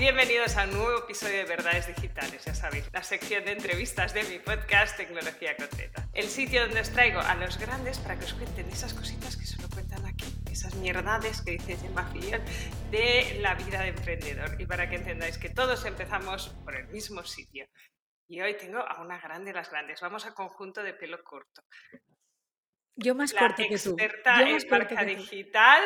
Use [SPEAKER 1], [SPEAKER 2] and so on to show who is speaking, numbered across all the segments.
[SPEAKER 1] Bienvenidos a un nuevo episodio de Verdades Digitales, ya sabéis, la sección de entrevistas de mi podcast Tecnología Concreta. El sitio donde os traigo a los grandes para que os cuenten esas cositas que solo cuentan aquí, esas mierdades que dice Gemma Fillol de la vida de emprendedor. Y para que entendáis que todos empezamos por el mismo sitio. Y hoy tengo a una grande de las grandes. Vamos a conjunto de pelo corto.
[SPEAKER 2] Yo más
[SPEAKER 1] La
[SPEAKER 2] corto que tú.
[SPEAKER 1] experta en marca digital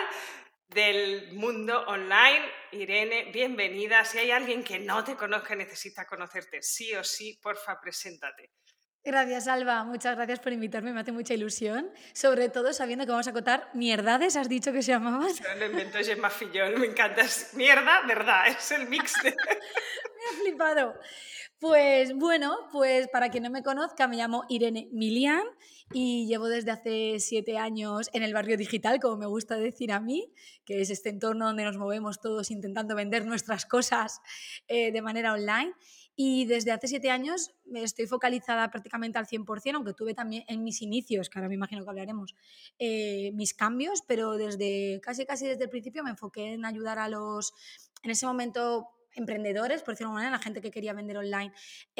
[SPEAKER 1] del mundo online, Irene, bienvenida. Si hay alguien que no te conozca y necesita conocerte sí o sí, porfa, preséntate.
[SPEAKER 2] Gracias, Alba. Muchas gracias por invitarme, me hace mucha ilusión. Sobre todo sabiendo que vamos a contar mierdades, has dicho que se llamaban.
[SPEAKER 1] Eso lo inventó Gemma Fillol, me encanta. Es mierda, verdad, es el mix de...
[SPEAKER 2] Me ha flipado. Pues bueno, pues para quien no me conozca, me llamo Irene Milian y llevo desde hace 7 años en el barrio digital, como me gusta decir a mí, que es este entorno donde nos movemos todos intentando vender nuestras cosas de manera online. Y desde hace 7 años estoy focalizada prácticamente al 100%, aunque tuve también en mis inicios, que ahora me imagino que hablaremos, mis cambios, pero casi desde el principio me enfoqué en ayudar a los, en ese momento, emprendedores, por decirlo de alguna manera, la gente que quería vender online,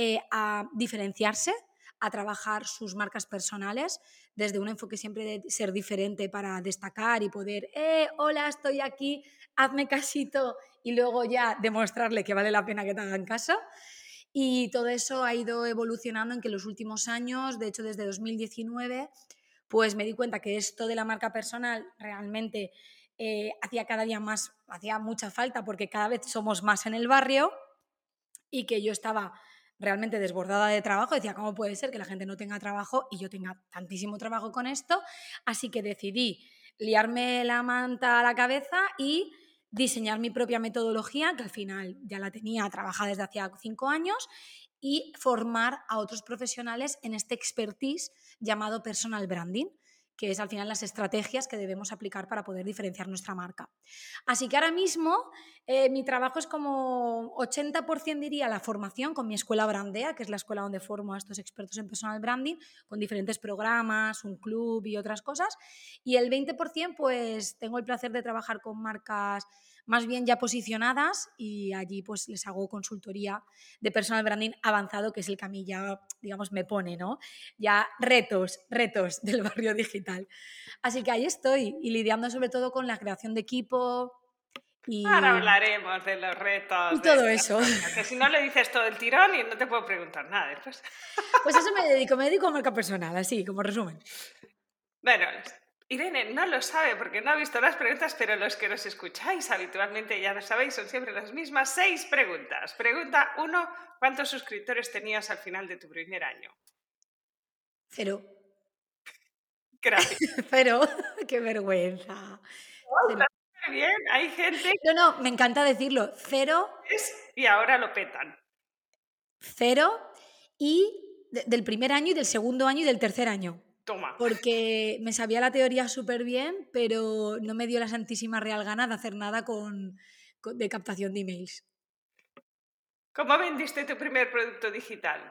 [SPEAKER 2] a diferenciarse, a trabajar sus marcas personales desde un enfoque siempre de ser diferente para destacar y poder, hola, estoy aquí, hazme casito, y luego ya demostrarle que vale la pena que te hagan caso. Y todo eso ha ido evolucionando en que en los últimos años, de hecho desde 2019, pues me di cuenta que esto de la marca personal realmente hacía cada día más, hacía mucha falta porque cada vez somos más en el barrio y que yo estaba realmente desbordada de trabajo. Decía, ¿cómo puede ser que la gente no tenga trabajo y yo tenga tantísimo trabajo con esto? Así que decidí liarme la manta a la cabeza y diseñar mi propia metodología, que al final ya la tenía trabajada desde hacía 5 años, y formar a otros profesionales en este expertise llamado personal branding, que es al final las estrategias que debemos aplicar para poder diferenciar nuestra marca. Así que ahora mismo mi trabajo es como 80% diría la formación con mi escuela Brandea, que es la escuela donde formo a estos expertos en personal branding, con diferentes programas, un club y otras cosas. Y el 20% pues tengo el placer de trabajar con marcas más bien ya posicionadas y allí pues les hago consultoría de personal branding avanzado, que es el que a mí ya, digamos, me pone, ¿no? Ya retos del barrio digital. Así que ahí estoy y lidiando sobre todo con la creación de equipo
[SPEAKER 1] Ahora
[SPEAKER 2] y
[SPEAKER 1] hablaremos de los retos, de
[SPEAKER 2] todo
[SPEAKER 1] las
[SPEAKER 2] eso.
[SPEAKER 1] cosas, que si no le dices todo el tirón y no te puedo preguntar nada después.
[SPEAKER 2] Pues eso me dedico a marca personal, así como resumen.
[SPEAKER 1] Bueno, Irene no lo sabe porque no ha visto las preguntas, pero los que nos escucháis habitualmente ya lo sabéis, son siempre las mismas 6 preguntas. Pregunta 1, ¿cuántos suscriptores tenías al final de tu primer año?
[SPEAKER 2] 0.
[SPEAKER 1] Gracias.
[SPEAKER 2] 0. Qué vergüenza.
[SPEAKER 1] Oh,
[SPEAKER 2] 0.
[SPEAKER 1] está súper bien, hay gente
[SPEAKER 2] No, me encanta decirlo. 0,
[SPEAKER 1] que es y ahora lo petan.
[SPEAKER 2] 0 y del primer año y del segundo año y del tercer año.
[SPEAKER 1] Toma.
[SPEAKER 2] Porque me sabía la teoría súper bien, pero no me dio la santísima real gana de hacer nada de captación de emails.
[SPEAKER 1] ¿Cómo vendiste tu primer producto digital?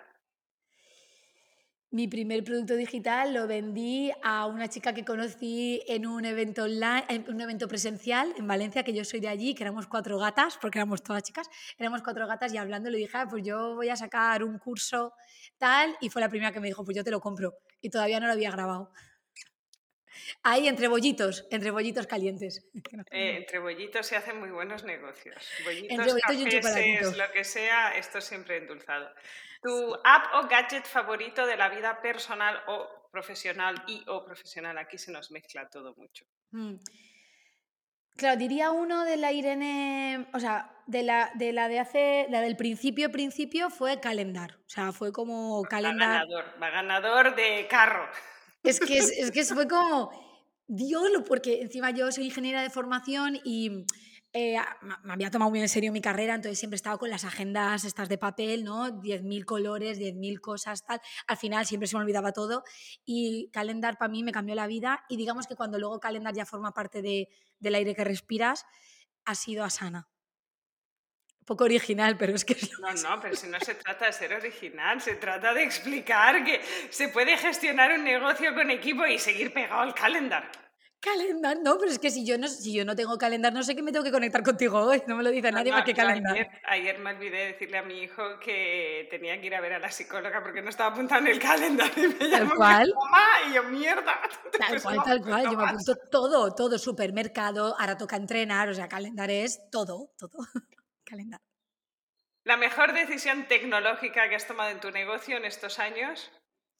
[SPEAKER 2] Mi primer producto digital lo vendí a una chica que conocí en un evento online, en un evento presencial en Valencia, que yo soy de allí, que éramos 4 gatas, porque éramos todas chicas, éramos 4 gatas y hablando le dije, pues yo voy a sacar un curso tal, y fue la primera que me dijo, pues yo te lo compro, y todavía no lo había grabado. Ahí entre bollitos calientes.
[SPEAKER 1] Entre bollitos se hacen muy buenos negocios.
[SPEAKER 2] Entre
[SPEAKER 1] Bollitos,
[SPEAKER 2] bollitos y un chocolatito.
[SPEAKER 1] cafés, lo que sea, esto siempre endulzado. ¿Tu app o gadget favorito de la vida personal o profesional o profesional? Aquí se nos mezcla todo mucho.
[SPEAKER 2] Claro, diría uno de la Irene, o sea, la del principio fue Calendar. O sea, fue como Calendar.
[SPEAKER 1] Va ganador de carro.
[SPEAKER 2] Es que fue como, Dios, porque encima yo soy ingeniera de formación y me había tomado muy en serio mi carrera, entonces siempre estaba con las agendas estas de papel, ¿no? 10.000 colores, 10.000 cosas, tal. Al final siempre se me olvidaba todo y Calendar para mí me cambió la vida y digamos que cuando luego Calendar ya forma parte del aire que respiras, ha sido Asana. Un poco original, pero es que es lo más...
[SPEAKER 1] No, pero si no se trata de ser original, se trata de explicar que se puede gestionar un negocio con equipo y seguir pegado al calendar.
[SPEAKER 2] Calendar, no, pero es que si yo no tengo calendar, no sé qué me tengo que conectar contigo hoy. No me lo dice nadie más que
[SPEAKER 1] Yo
[SPEAKER 2] calendar.
[SPEAKER 1] ayer me olvidé de decirle a mi hijo que tenía que ir a ver a la psicóloga porque no estaba apuntado en el calendario y me
[SPEAKER 2] Tal
[SPEAKER 1] llamó y me dijo,
[SPEAKER 2] cual,
[SPEAKER 1] mamá, y yo, mierda.
[SPEAKER 2] tal
[SPEAKER 1] Pues
[SPEAKER 2] cual,
[SPEAKER 1] no,
[SPEAKER 2] tal
[SPEAKER 1] pues
[SPEAKER 2] cual.
[SPEAKER 1] no
[SPEAKER 2] Yo me
[SPEAKER 1] pasa.
[SPEAKER 2] apunto todo, todo, supermercado, ahora toca entrenar, o sea, calendar es todo, todo. Calendar.
[SPEAKER 1] ¿La mejor decisión tecnológica que has tomado en tu negocio en estos años?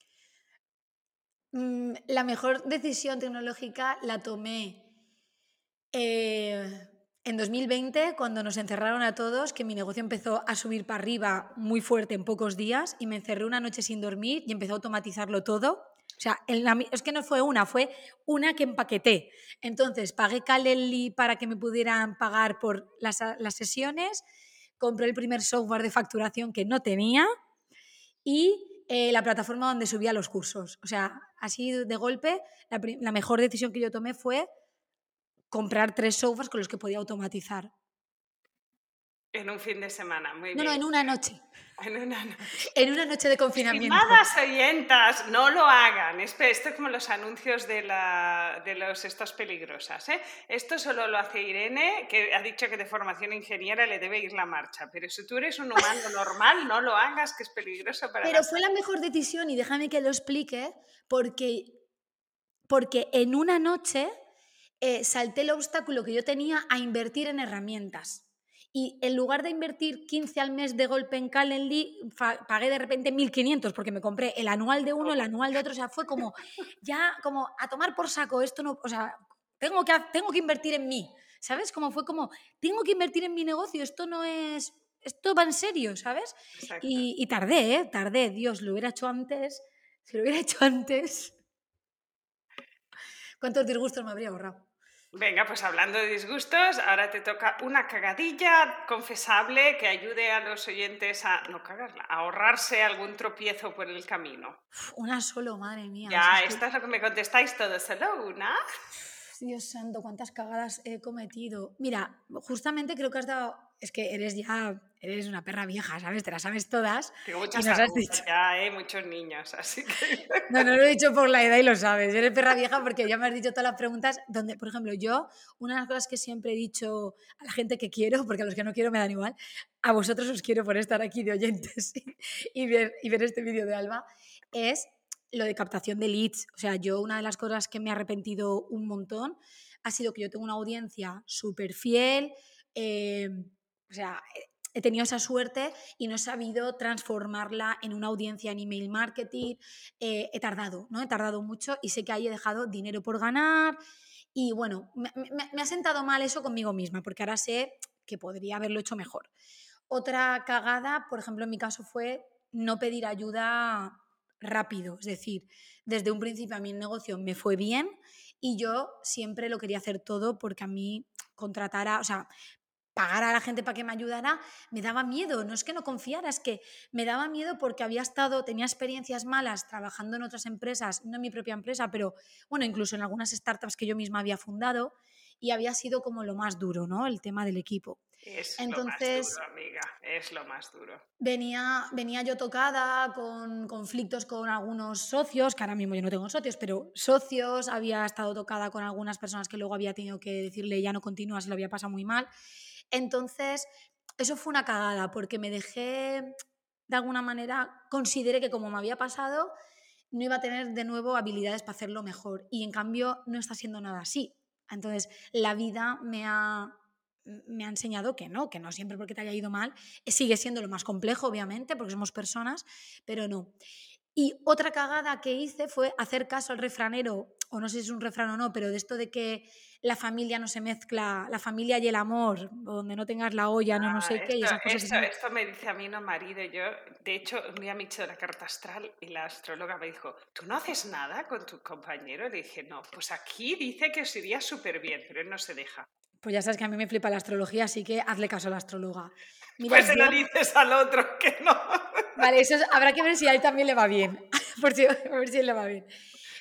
[SPEAKER 2] La mejor decisión tecnológica la tomé en 2020, cuando nos encerraron a todos, que mi negocio empezó a subir para arriba muy fuerte en pocos días y me encerré una noche sin dormir y empezó a automatizarlo todo. O sea, es que no fue una que empaqueté. Entonces, pagué Calendly para que me pudieran pagar por las sesiones, compré el primer software de facturación que no tenía y la plataforma donde subía los cursos. O sea, así de golpe, la mejor decisión que yo tomé fue comprar 3 softwares con los que podía automatizar.
[SPEAKER 1] En un fin de semana, muy
[SPEAKER 2] No, no,
[SPEAKER 1] bien.
[SPEAKER 2] en una noche.
[SPEAKER 1] En una noche.
[SPEAKER 2] En una noche de confinamiento.
[SPEAKER 1] Estimadas oyentas, no lo hagan. Esto es como los anuncios de los estos peligrosas. ¿Eh? Esto solo lo hace Irene, que ha dicho que de formación ingeniera le debe ir la marcha. Pero si tú eres un humano normal, no lo hagas, que es peligroso para la
[SPEAKER 2] Pero fue
[SPEAKER 1] salud.
[SPEAKER 2] la mejor decisión, y déjame que lo explique, porque en una noche salté el obstáculo que yo tenía a invertir en herramientas. Y en lugar de invertir 15 al mes de golpe en Calendly, pagué de repente 1.500 porque me compré el anual de uno, el anual de otro. O sea, fue como ya como a tomar por saco. Esto no, o sea, tengo que invertir en mí. ¿Sabes? Como fue como, tengo que invertir en mi negocio. Esto no es, esto va en serio, ¿sabes?
[SPEAKER 1] Exacto.
[SPEAKER 2] Y tardé, ¿eh? Tardé. Dios, lo hubiera hecho antes. Si lo hubiera hecho antes, ¿cuántos disgustos me habría ahorrado?
[SPEAKER 1] Venga, pues hablando de disgustos, ahora te toca una cagadilla confesable que ayude a los oyentes a no cagarla, a ahorrarse algún tropiezo por el camino.
[SPEAKER 2] Una solo, madre mía. Si
[SPEAKER 1] Ya,
[SPEAKER 2] es que,
[SPEAKER 1] esta es lo que me contestáis todos, solo una.
[SPEAKER 2] Dios santo, cuántas cagadas he cometido. Mira, justamente creo que has dado. Es que eres una perra vieja, ¿sabes? Te las sabes todas
[SPEAKER 1] Tengo
[SPEAKER 2] y
[SPEAKER 1] muchas
[SPEAKER 2] nos has
[SPEAKER 1] arrugas
[SPEAKER 2] dicho.
[SPEAKER 1] ya, muchos niños, así que...
[SPEAKER 2] No, no lo he dicho por la edad y lo sabes. Eres perra vieja porque ya me has dicho todas las preguntas donde, por ejemplo, yo, una de las cosas que siempre he dicho a la gente que quiero, porque a los que no quiero me dan igual, a vosotros os quiero por estar aquí de oyentes y ver este vídeo de Alba, es lo de captación de leads. O sea, yo una de las cosas que me he arrepentido un montón ha sido que yo tengo una audiencia súper fiel, o sea, he tenido esa suerte y no he sabido transformarla en una audiencia en email marketing. He tardado, ¿no? He tardado mucho y sé que ahí he dejado dinero por ganar y bueno, me ha sentado mal eso conmigo misma porque ahora sé que podría haberlo hecho mejor. Otra cagada, por ejemplo, en mi caso fue no pedir ayuda rápido, es decir, desde un principio a mí el negocio me fue bien y yo siempre lo quería hacer todo porque a mí contratar o sea, pagar a la gente para que me ayudara, me daba miedo. No es que no confiara, es que me daba miedo porque tenía experiencias malas trabajando en otras empresas, no en mi propia empresa, pero bueno, incluso en algunas startups que yo misma había fundado y había sido como lo más duro, ¿no? El tema del equipo.
[SPEAKER 1] Es lo más duro,
[SPEAKER 2] Entonces,
[SPEAKER 1] amiga, es lo más duro.
[SPEAKER 2] venía yo tocada con conflictos con algunos socios, que ahora mismo yo no tengo socios, pero socios, había estado tocada con algunas personas que luego había tenido que decirle ya no continúas, lo había pasado muy mal. Entonces, eso fue una cagada, porque me dejé, de alguna manera, consideré que como me había pasado, no iba a tener de nuevo habilidades para hacerlo mejor. Y en cambio, no está siendo nada así. Entonces, la vida me ha enseñado que no siempre porque te haya ido mal, sigue siendo lo más complejo, obviamente, porque somos personas, pero no. Y otra cagada que hice fue hacer caso al refranero, o no sé si es un refrán o no, pero de esto de que la familia no se mezcla, la familia y el amor, donde no tengas la olla, no sé qué, y
[SPEAKER 1] Esto,
[SPEAKER 2] esas cosas que
[SPEAKER 1] esto,
[SPEAKER 2] siempre...
[SPEAKER 1] esto me dice a mí no marido. Yo, de hecho, un día me he hecho la carta astral y la astróloga me dijo, ¿tú no haces nada con tu compañero? Le dije, no, pues aquí dice que os iría súper bien, pero él no se deja.
[SPEAKER 2] Pues ya sabes que a mí me flipa la astrología, así que hazle caso a la astróloga. Mira,
[SPEAKER 1] Pues se lo dices al otro que no.
[SPEAKER 2] Vale, habrá que ver si a él también le va bien, a ver si a él le va bien.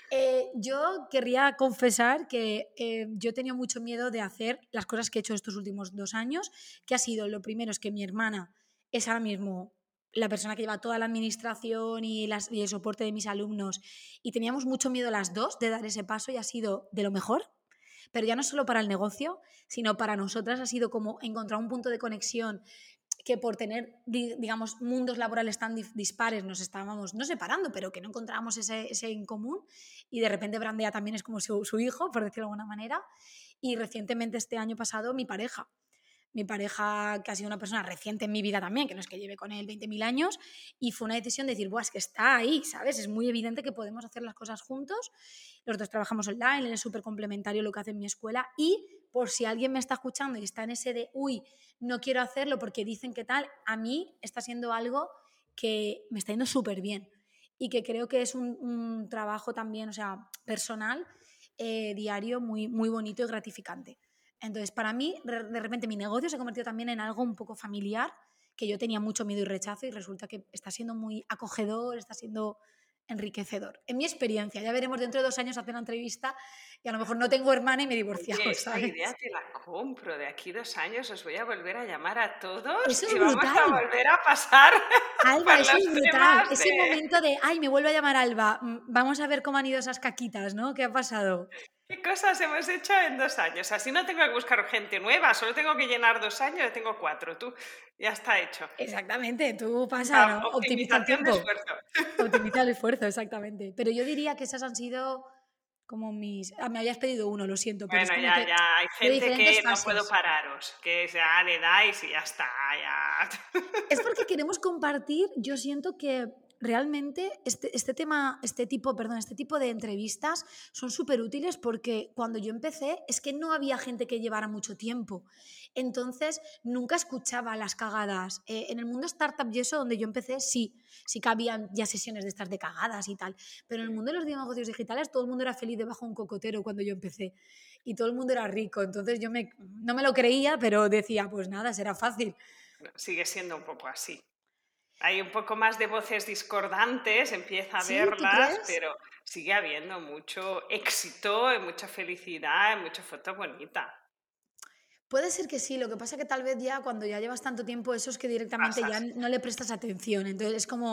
[SPEAKER 2] Yo querría confesar que yo he tenido mucho miedo de hacer las cosas que he hecho estos últimos 2 años, que ha sido, lo primero es que mi hermana es ahora mismo la persona que lleva toda la administración y el soporte de mis alumnos y teníamos mucho miedo las dos de dar ese paso y ha sido de lo mejor. pero ya no solo para el negocio, sino para nosotras ha sido como encontrar un punto de conexión que por tener, digamos, mundos laborales tan dispares nos estábamos, no separando, pero que no encontrábamos ese en común, y de repente Brandea también es como su hijo, por decirlo de alguna manera, y recientemente este año pasado mi pareja, que ha sido una persona reciente en mi vida también, que no es que lleve con él 20.000 años, y fue una decisión de decir, Buah, es que está ahí, ¿sabes? Es muy evidente que podemos hacer las cosas juntos. Los dos trabajamos online, él es súper complementario lo que hace en mi escuela, y por si alguien me está escuchando y está en ese de, uy, no quiero hacerlo porque dicen que tal, a mí está siendo algo que me está yendo súper bien y que creo que es un trabajo también, o sea, personal, diario, muy, muy bonito y gratificante. Entonces, para mí, de repente mi negocio se ha convertido también en algo un poco familiar, que yo tenía mucho miedo y rechazo, y resulta que está siendo muy acogedor, está siendo enriquecedor. En mi experiencia, ya veremos dentro de 2 años hacer una entrevista y a lo mejor no tengo hermana y me he divorciado,
[SPEAKER 1] Oye, esa idea
[SPEAKER 2] ¿sabes?
[SPEAKER 1] te la compro. De aquí 2 años os voy a volver a llamar a todos
[SPEAKER 2] Eso es
[SPEAKER 1] y vamos a
[SPEAKER 2] brutal.
[SPEAKER 1] volver a pasar
[SPEAKER 2] Alba,
[SPEAKER 1] por
[SPEAKER 2] eso
[SPEAKER 1] los
[SPEAKER 2] es brutal.
[SPEAKER 1] temas
[SPEAKER 2] Ese
[SPEAKER 1] de
[SPEAKER 2] momento de, ay, me vuelve a llamar Alba, vamos a ver cómo han ido esas caquitas, ¿no? ¿Qué ha pasado?
[SPEAKER 1] qué cosas hemos hecho en 2 años. Así no tengo que buscar gente nueva, solo tengo que llenar 2 años, ya tengo 4. Tú, ya está hecho.
[SPEAKER 2] Exactamente, tú pasa,
[SPEAKER 1] La
[SPEAKER 2] ¿no? Optimiza el
[SPEAKER 1] optimización de
[SPEAKER 2] tiempo.
[SPEAKER 1] esfuerzo.
[SPEAKER 2] Optimizar el esfuerzo, exactamente. Pero yo diría que esas han sido como mis... me habías pedido uno, lo siento, pero es
[SPEAKER 1] Bueno,
[SPEAKER 2] como
[SPEAKER 1] ya,
[SPEAKER 2] que
[SPEAKER 1] ya, hay
[SPEAKER 2] de
[SPEAKER 1] gente
[SPEAKER 2] diferentes
[SPEAKER 1] que no puedo
[SPEAKER 2] fases.
[SPEAKER 1] pararos, que ya le dais y ya está, ya.
[SPEAKER 2] Es porque queremos compartir, yo siento que realmente este tema, este tipo de entrevistas son súper útiles porque cuando yo empecé es que no había gente que llevara mucho tiempo. Entonces nunca escuchaba las cagadas. En el mundo startup y eso donde yo empecé, sí que habían ya sesiones de estas de cagadas y tal. Pero en el mundo de los negocios digitales todo el mundo era feliz debajo de un cocotero cuando yo empecé. Y todo el mundo era rico. Entonces no me lo creía, pero decía, pues nada, será fácil.
[SPEAKER 1] Sigue siendo un poco así. Hay un poco más de voces discordantes, empieza a
[SPEAKER 2] ¿Sí? ¿Tú
[SPEAKER 1] verlas,
[SPEAKER 2] crees?
[SPEAKER 1] pero sigue habiendo mucho éxito, y mucha felicidad, y mucha foto bonita.
[SPEAKER 2] Puede ser que sí, lo que pasa que tal vez ya cuando ya llevas tanto tiempo eso es que directamente
[SPEAKER 1] Pasa
[SPEAKER 2] ya
[SPEAKER 1] así.
[SPEAKER 2] no le prestas atención. Entonces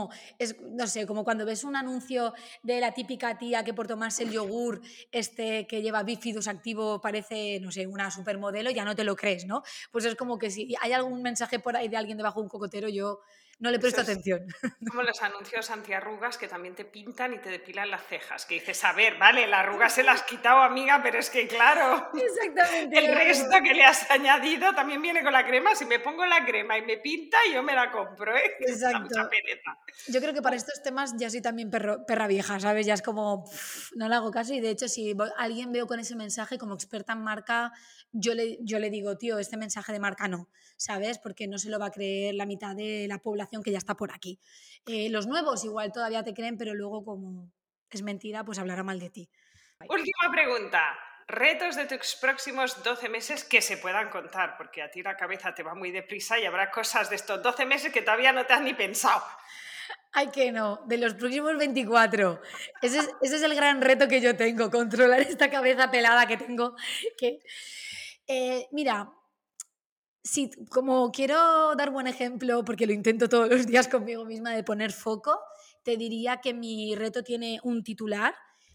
[SPEAKER 2] no sé, como cuando ves un anuncio de la típica tía que por tomarse el yogur que lleva bífidus activo parece, no sé, una supermodelo, ya no te lo crees, ¿no? Pues es como que si hay algún mensaje por ahí de alguien debajo de un cocotero, yo no le
[SPEAKER 1] Eso
[SPEAKER 2] presto
[SPEAKER 1] es
[SPEAKER 2] atención.
[SPEAKER 1] como los anuncios antiarrugas que también te pintan y te depilan las cejas, que dices, a ver, vale, la arruga se la has quitado, amiga, pero es que claro,
[SPEAKER 2] Exactamente,
[SPEAKER 1] el
[SPEAKER 2] lo
[SPEAKER 1] resto
[SPEAKER 2] mismo.
[SPEAKER 1] que le has añadido también viene con la crema. Si me pongo la crema y me pinta, yo me la compro, ¿eh? Da
[SPEAKER 2] Exacto.
[SPEAKER 1] mucha pereza.
[SPEAKER 2] Yo creo que para estos temas ya soy también perra vieja, ¿sabes? Ya es como, no le hago caso, y de hecho si alguien veo con ese mensaje como experta en marca, yo le digo, tío, este mensaje de marca no, ¿sabes? Porque no se lo va a creer la mitad de la población que ya está por aquí. Los nuevos igual todavía te creen, pero luego como es mentira, pues hablará mal de ti.
[SPEAKER 1] Última pregunta. Retos de tus próximos 12 meses que se puedan contar, porque a ti la cabeza te va muy deprisa y habrá cosas de estos 12 meses que todavía no te has ni pensado.
[SPEAKER 2] Ay, que no, de los próximos 24. Ese es el gran reto que yo tengo, controlar esta cabeza pelada que tengo. Que, mira, sí, como quiero dar buen ejemplo, porque lo intento todos los días conmigo misma de poner foco, te diría que mi reto tiene un titular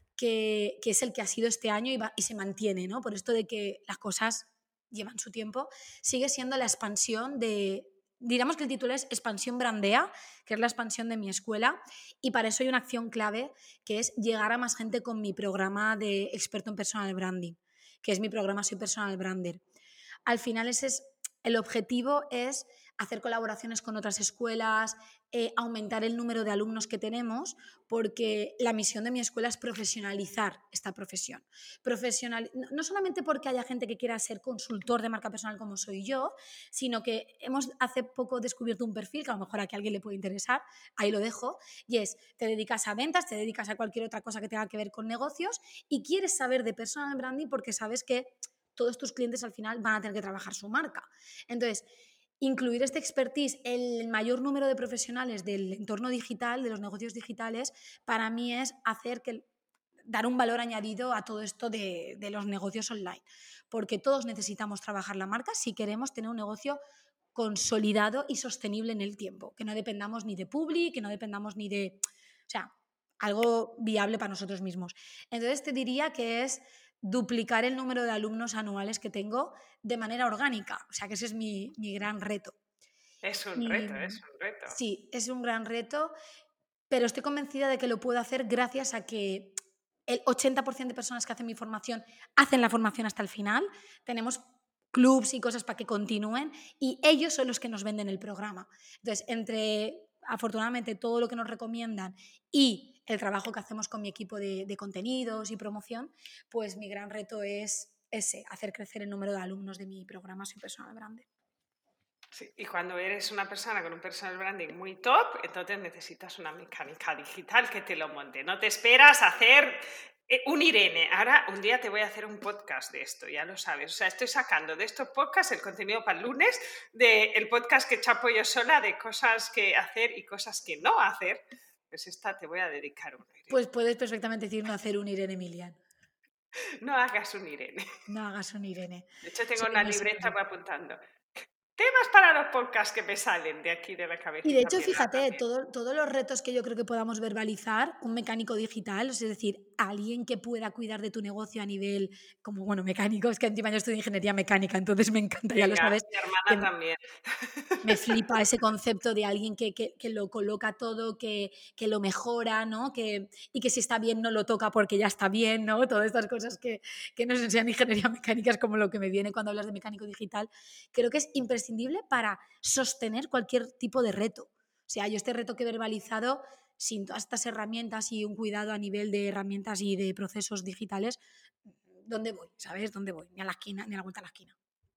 [SPEAKER 2] que es el que ha sido este año y se mantiene, ¿no? Por esto de que las cosas llevan su tiempo, sigue siendo la expansión digamos que el título es Expansión Brandea, que es la expansión de mi escuela, y para eso hay una acción clave que es llegar a más gente con mi programa de experto en personal branding, que es mi programa Soy Personal Brander. Al final el objetivo es hacer colaboraciones con otras escuelas, aumentar el número de alumnos que tenemos, porque la misión de mi escuela es profesionalizar esta profesión. No solamente porque haya gente que quiera ser consultor de marca personal como soy yo, sino que hemos hace poco descubierto un perfil que a lo mejor a alguien le puede interesar, ahí lo dejo, y es, te dedicas a ventas, te dedicas a cualquier otra cosa que tenga que ver con negocios y quieres saber de personal branding porque sabes que todos tus clientes al final van a tener que trabajar su marca. Entonces, incluir este expertise en el mayor número de profesionales del entorno digital, de los negocios digitales, para mí es dar un valor añadido a todo esto de los negocios online, porque todos necesitamos trabajar la marca si queremos tener un negocio consolidado y sostenible en el tiempo, que no dependamos ni de Publi, que no dependamos ni de... O sea, algo viable para nosotros mismos. Entonces te diría que es duplicar el número de alumnos anuales que tengo de manera orgánica. O sea que ese es mi gran reto.
[SPEAKER 1] Es un
[SPEAKER 2] Y,
[SPEAKER 1] reto, es un reto.
[SPEAKER 2] sí, es un gran reto, pero estoy convencida de que lo puedo hacer gracias a que el 80% de personas que hacen mi formación hacen la formación hasta el final. Tenemos clubs y cosas para que continúen y ellos son los que nos venden el programa. Entonces, entre afortunadamente todo lo que nos recomiendan y el trabajo que hacemos con mi equipo de contenidos y promoción, pues mi gran reto es ese, hacer crecer el número de alumnos de mi programa Soy Personal Branding.
[SPEAKER 1] Sí, y cuando eres una persona con un personal branding muy top, entonces necesitas una mecánica digital que te lo monte. No te esperas a hacer un Irene. Ahora un día te voy a hacer un podcast de esto, ya lo sabes. O sea, estoy sacando de estos podcasts el contenido para el lunes, del podcast que chapo yo sola, de cosas que hacer y cosas que no hacer. Pues esta te voy a dedicar un Irene.
[SPEAKER 2] Pues puedes perfectamente decir no hacer un Irene Milian.
[SPEAKER 1] No hagas un Irene.
[SPEAKER 2] No hagas un Irene.
[SPEAKER 1] De hecho, tengo
[SPEAKER 2] Soy
[SPEAKER 1] una
[SPEAKER 2] muy
[SPEAKER 1] libreta
[SPEAKER 2] seria.
[SPEAKER 1] para apuntando. Temas para los podcasts que me salen de aquí de la
[SPEAKER 2] Y de
[SPEAKER 1] cabecita.
[SPEAKER 2] hecho, fíjate, todos los retos que yo creo que podamos verbalizar, un mecánico digital, es decir, alguien que pueda cuidar de tu negocio a nivel, como bueno, mecánico, es que encima yo estudio ingeniería mecánica, entonces me encanta, ya lo
[SPEAKER 1] Venga,
[SPEAKER 2] sabes,
[SPEAKER 1] mi hermana
[SPEAKER 2] que
[SPEAKER 1] también.
[SPEAKER 2] me flipa ese concepto de alguien que lo coloca todo, que lo mejora, ¿no? Y que si está bien no lo toca porque ya está bien, ¿no? Todas estas cosas que nos enseñan ingeniería mecánica es como lo que me viene cuando hablas de mecánico digital. Creo que es imprescindible para sostener cualquier tipo de reto. O sea, yo este reto que he verbalizado, sin todas estas herramientas y un cuidado a nivel de herramientas y de procesos digitales, ¿dónde voy? ¿Sabes? ¿Dónde voy? Ni a la esquina, ni a la vuelta a la esquina.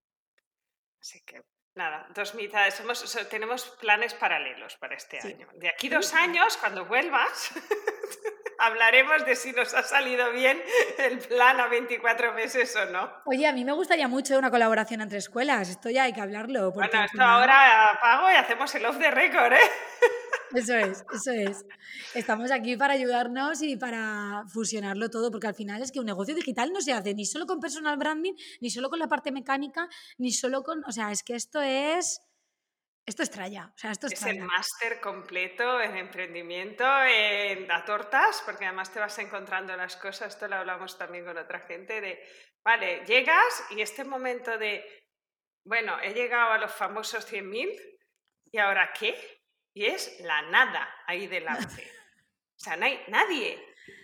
[SPEAKER 1] Así que, nada, dos mitades. Tenemos planes paralelos para este
[SPEAKER 2] Sí.
[SPEAKER 1] año. De aquí 2 años, cuando vuelvas, hablaremos de si nos ha salido bien el plan a 24 meses o no.
[SPEAKER 2] Oye, a mí me gustaría mucho una colaboración entre escuelas. Esto ya hay que hablarlo, porque
[SPEAKER 1] Bueno,
[SPEAKER 2] al
[SPEAKER 1] esto
[SPEAKER 2] final...
[SPEAKER 1] ahora apago y hacemos el off the record, ¿eh?
[SPEAKER 2] Eso es, eso es. Estamos aquí para ayudarnos y para fusionarlo todo, porque al final es que un negocio digital no se hace ni solo con personal branding, ni solo con la parte mecánica, ni solo con... O sea, es que esto es... Esto es tralla, o sea, esto es
[SPEAKER 1] Es el
[SPEAKER 2] tralla.
[SPEAKER 1] máster completo en emprendimiento, en a tortas, porque además te vas encontrando las cosas, esto lo hablamos también con otra gente, de, vale, llegas y este momento de, bueno, he llegado a los famosos 100.000 y ahora ¿qué? Y es la nada ahí delante. O sea, no hay nadie.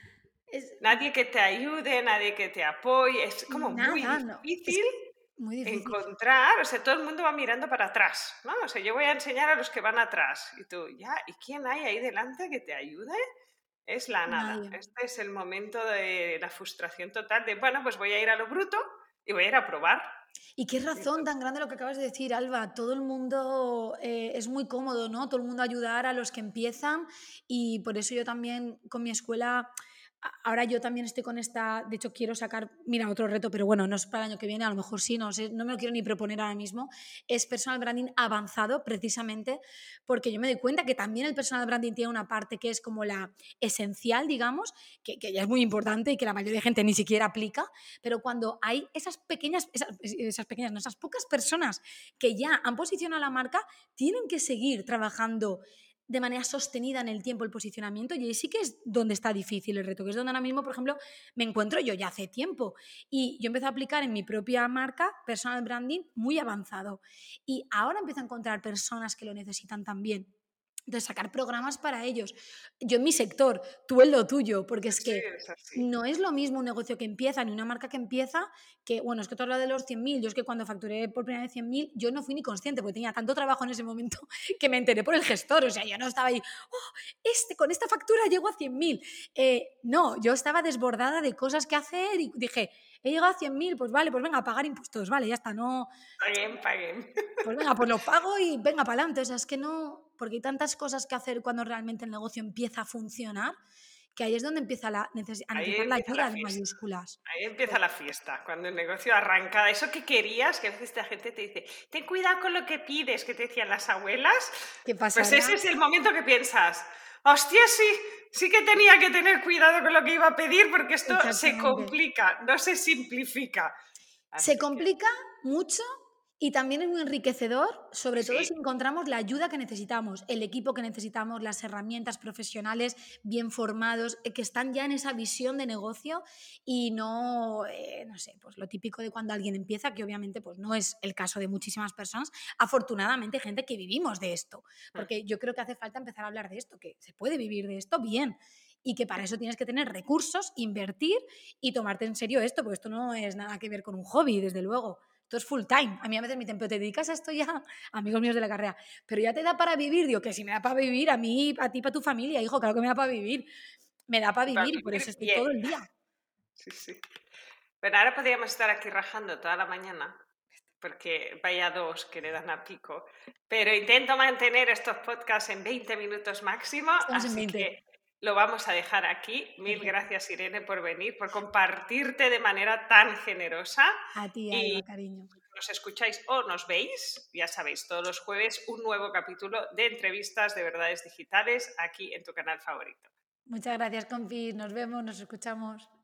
[SPEAKER 2] Es
[SPEAKER 1] Nadie que te ayude, nadie que te apoye. Es como muy
[SPEAKER 2] nada, no. Es
[SPEAKER 1] difícil
[SPEAKER 2] muy difícil.
[SPEAKER 1] encontrar, o sea, todo el mundo va mirando para atrás, ¿no? O sea, yo voy a enseñar a los que van atrás y tú, ya, ¿y quién hay ahí delante que te ayude? Es la nada.
[SPEAKER 2] Nadie.
[SPEAKER 1] Este es el momento de la frustración total de, bueno, pues voy a ir a lo bruto y voy a ir a probar.
[SPEAKER 2] Y qué razón tan grande lo que acabas de decir, Alba. Todo el mundo es muy cómodo, ¿no? Todo el mundo ayudar a los que empiezan y por eso yo también con mi escuela, ahora yo también estoy con esta, de hecho quiero sacar, mira, otro reto, pero bueno, no es para el año que viene, a lo mejor sí, no sé, no me lo quiero ni proponer ahora mismo, es personal branding avanzado precisamente porque yo me doy cuenta que también el personal branding tiene una parte que es como la esencial, digamos, que ya es muy importante y que la mayoría de gente ni siquiera aplica, pero cuando hay esas pequeñas, no, esas pocas personas que ya han posicionado la marca, tienen que seguir trabajando de manera sostenida en el tiempo el posicionamiento y ahí sí que es donde está difícil el reto, que es donde ahora mismo, por ejemplo, me encuentro yo ya hace tiempo y yo empecé a aplicar en mi propia marca personal branding muy avanzado y ahora empiezo a encontrar personas que lo necesitan también. Entonces, sacar programas para ellos. Yo en mi sector, tú en lo tuyo, porque es
[SPEAKER 1] Sí,
[SPEAKER 2] que
[SPEAKER 1] es así.
[SPEAKER 2] no es lo mismo un negocio que empieza ni una marca que empieza que, bueno, es que tú hablas de los 100.000, yo es que cuando facturé por primera vez 100.000, yo no fui ni consciente porque tenía tanto trabajo en ese momento que me enteré por el gestor, o sea, yo no estaba ahí, con esta factura llego a 100.000. No, yo estaba desbordada de cosas que hacer y dije, he llegado a 100.000, pues vale, pues venga, a pagar impuestos, vale, ya está, no,
[SPEAKER 1] Paguen, paguen.
[SPEAKER 2] pues venga, pues lo pago y venga para adelante. O sea, es que no, porque hay tantas cosas que hacer cuando realmente el negocio empieza a funcionar, que ahí es donde empieza a
[SPEAKER 1] Ahí
[SPEAKER 2] necesitar la
[SPEAKER 1] empieza la
[SPEAKER 2] ayuda de
[SPEAKER 1] fiesta.
[SPEAKER 2] mayúsculas.
[SPEAKER 1] Ahí empieza la fiesta, cuando el negocio arranca. Eso que querías, que a veces la gente te dice, ten cuidado con lo que pides, que te decían las abuelas.
[SPEAKER 2] ¿Qué
[SPEAKER 1] Pues
[SPEAKER 2] pasará?
[SPEAKER 1] ese es el momento que piensas, hostia, sí que tenía que tener cuidado con lo que iba a pedir porque esto se
[SPEAKER 2] Exactamente.
[SPEAKER 1] complica, no se simplifica.
[SPEAKER 2] Se
[SPEAKER 1] Así que,
[SPEAKER 2] complica mucho Y también es muy enriquecedor, sobre todo
[SPEAKER 1] Sí,
[SPEAKER 2] si encontramos la ayuda que necesitamos, el equipo que necesitamos, las herramientas profesionales bien formados, que están ya en esa visión de negocio y no, no sé, pues lo típico de cuando alguien empieza, que obviamente pues no es el caso de muchísimas personas, afortunadamente hay gente que vivimos de esto,
[SPEAKER 1] mm,
[SPEAKER 2] porque yo creo que hace falta empezar a hablar de esto, que se puede vivir de esto bien y que para eso tienes que tener recursos, invertir y tomarte en serio esto, porque esto no es nada que ver con un hobby, desde luego. Esto es full time. A mí a veces me dicen, pero te dedicas a esto ya, amigos míos de la carrera, pero ya te da para vivir. Digo, que si me da para vivir, a mí, a ti, para tu familia, hijo, claro que me da para vivir. Me da para
[SPEAKER 1] para
[SPEAKER 2] vivir y por eso
[SPEAKER 1] vivir
[SPEAKER 2] estoy
[SPEAKER 1] bien.
[SPEAKER 2] todo el día.
[SPEAKER 1] Sí, sí. Pero ahora podríamos estar aquí rajando toda la mañana, porque vaya dos que le dan a pico. Pero intento mantener estos podcasts en 20 minutos máximo,
[SPEAKER 2] Estamos en
[SPEAKER 1] así
[SPEAKER 2] 20.
[SPEAKER 1] que lo vamos a dejar aquí. Mil
[SPEAKER 2] Perfecto.
[SPEAKER 1] gracias, Irene, por venir, por compartirte de manera tan generosa.
[SPEAKER 2] A ti,
[SPEAKER 1] Y
[SPEAKER 2] Alba, cariño.
[SPEAKER 1] nos escucháis o nos veis, ya sabéis, todos los jueves un nuevo capítulo de entrevistas de verdades digitales aquí en tu canal favorito.
[SPEAKER 2] Muchas gracias, compis. Nos vemos, nos escuchamos.